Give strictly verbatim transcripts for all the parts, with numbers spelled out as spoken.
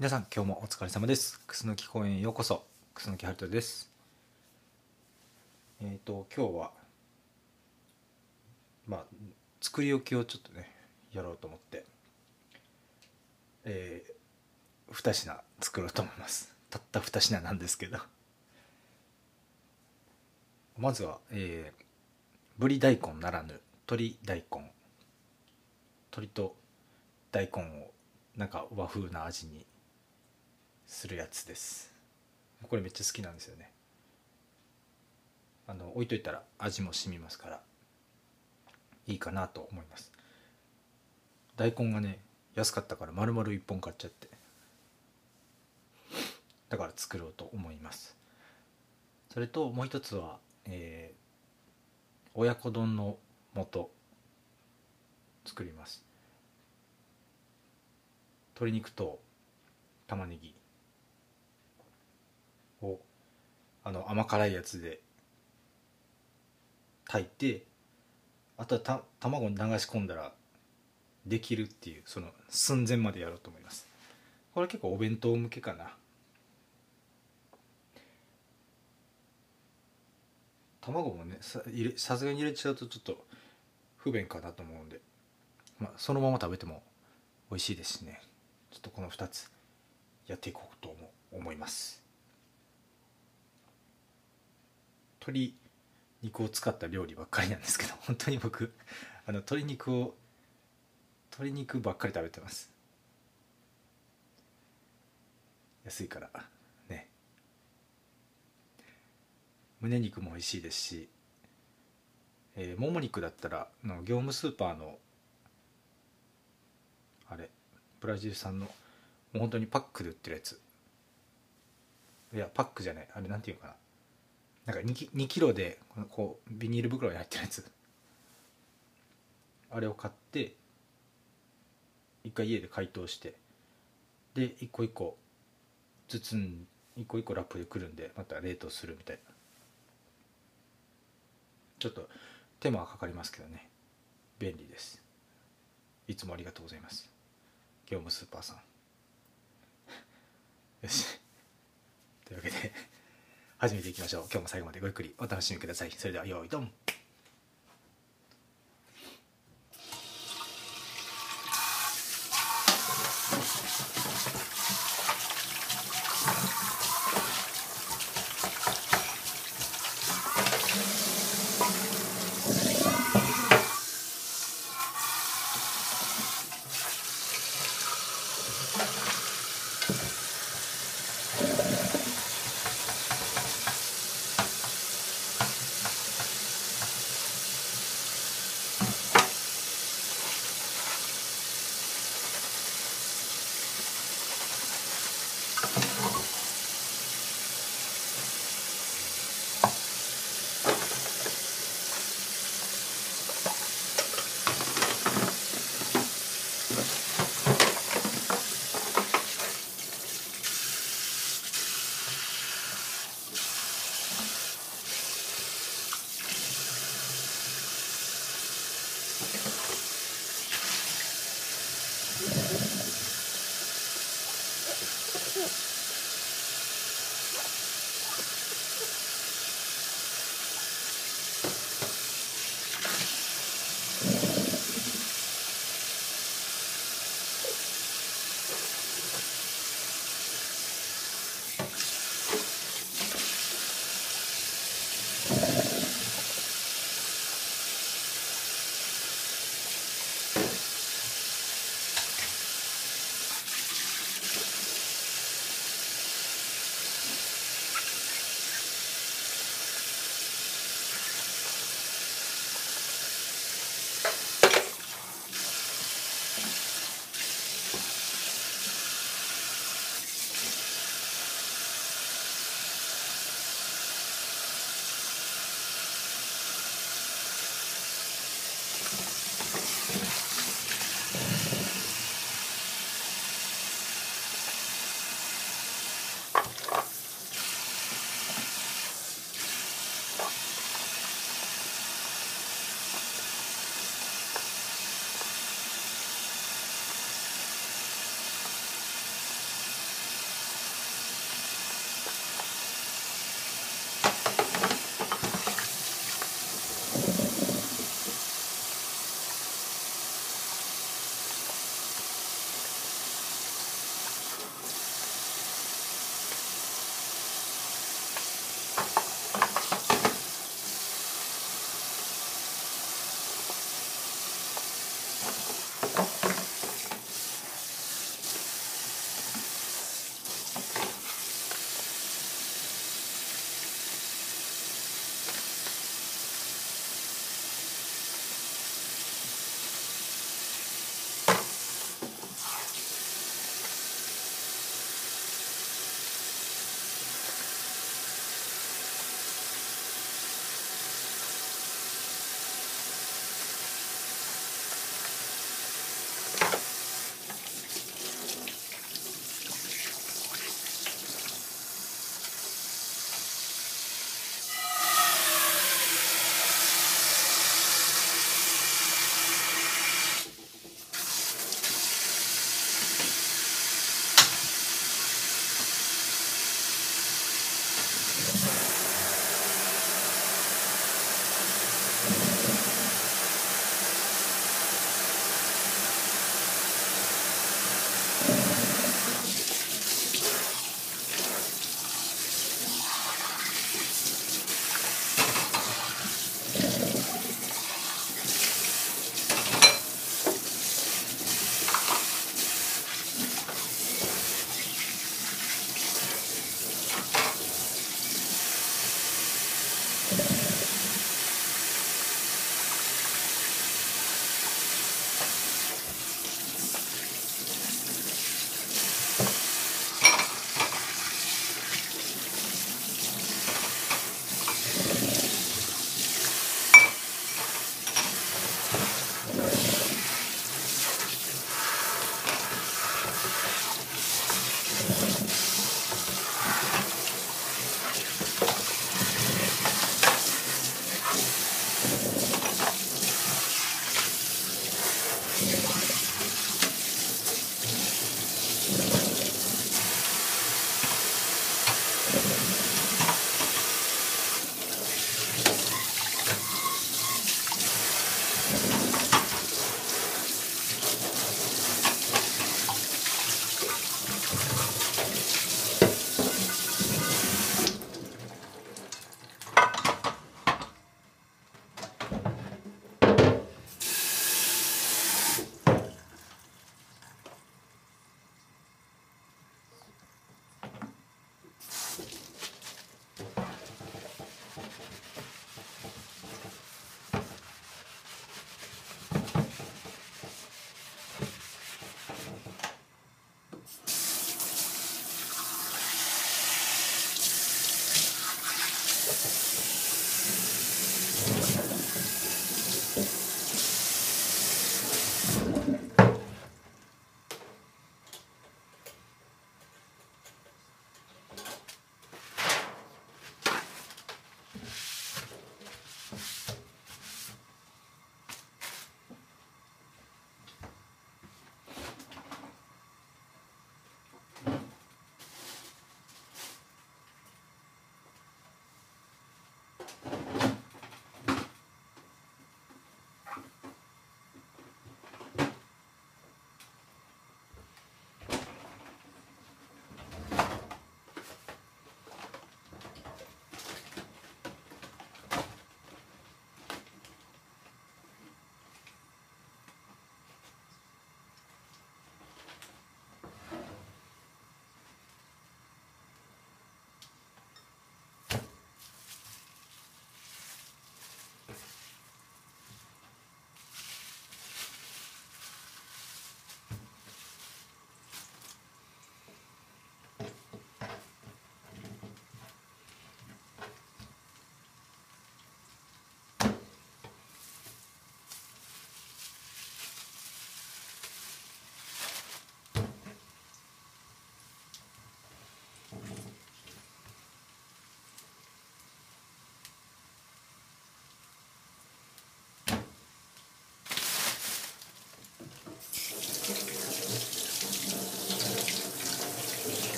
皆さん今日もお疲れ様です。クスノキ公園へようこそ。クスノキハルトです。えっ、と今日はまあ作り置きをちょっとねやろうと思って、えー、に品作ろうと思います。たったに品なんですけど、まずは、えー、ぶり大根ならぬ鶏大根、鶏と大根をなんか和風な味にするやつです。これめっちゃ好きなんですよね。あの置いといたら味も染みますからいいかなと思います。大根がね安かったから丸々いっぽん買っちゃって、だから作ろうと思います。それともう一つは、えー、親子丼の素作ります。鶏肉と玉ねぎをあの甘辛いやつで炊いて、あとはた卵に流し込んだらできるっていう、その寸前までやろうと思います。これ結構お弁当向けかな。卵もねさ入れさすがに入れちゃうとちょっと不便かなと思うんで、まあ、そのまま食べても美味しいですしね。ちょっとこのふたつやっていこうと思います。鶏肉を使った料理ばっかりなんですけど、本当に僕あの鶏肉を鶏肉ばっかり食べてます。安いからね。胸肉も美味しいですし、えー、もも肉だったらの業務スーパーのあれブラジル産のもう本当にパックで売ってるやつ、いやパックじゃない、あれなんていうかな、なんか 2, にキロでこうビニール袋に入ってるやつ、あれを買って一回家で解凍して、で一個一個包ん一個一個ラップでくるんでまた冷凍するみたいな。ちょっと手間はかかりますけどね、便利です。いつもありがとうございます、業務スーパーさん。よし、というわけで始めていきましょう。今日も最後までごゆっくりお楽しみください。それでは用意ドン。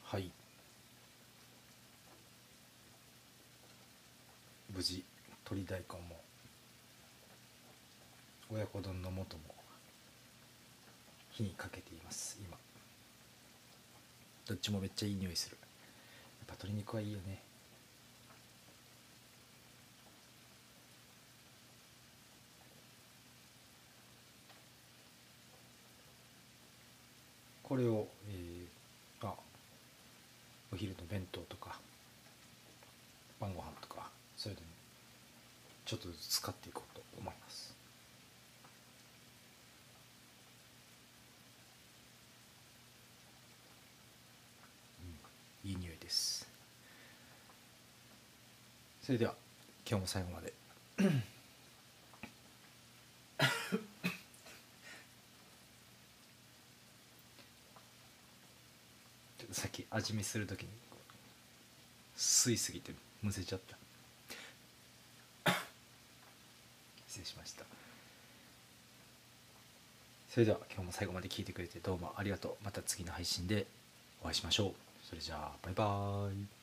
はい、無事鶏大根も親子丼の素も火にかけています。今どっちもめっちゃいい匂いする。やっぱ鶏肉はいいよね。これを、えー、あお昼の弁当とか晩ご飯とかそれでもちょっとずつ使っていこうと思います。うん、いい匂いです。それでは今日も最後までさっき味見するときに吸いすぎてむせちゃった。失礼しました。それでは今日も最後まで聞いてくれてどうもありがとう。また次の配信でお会いしましょう。それじゃあバイバーイ。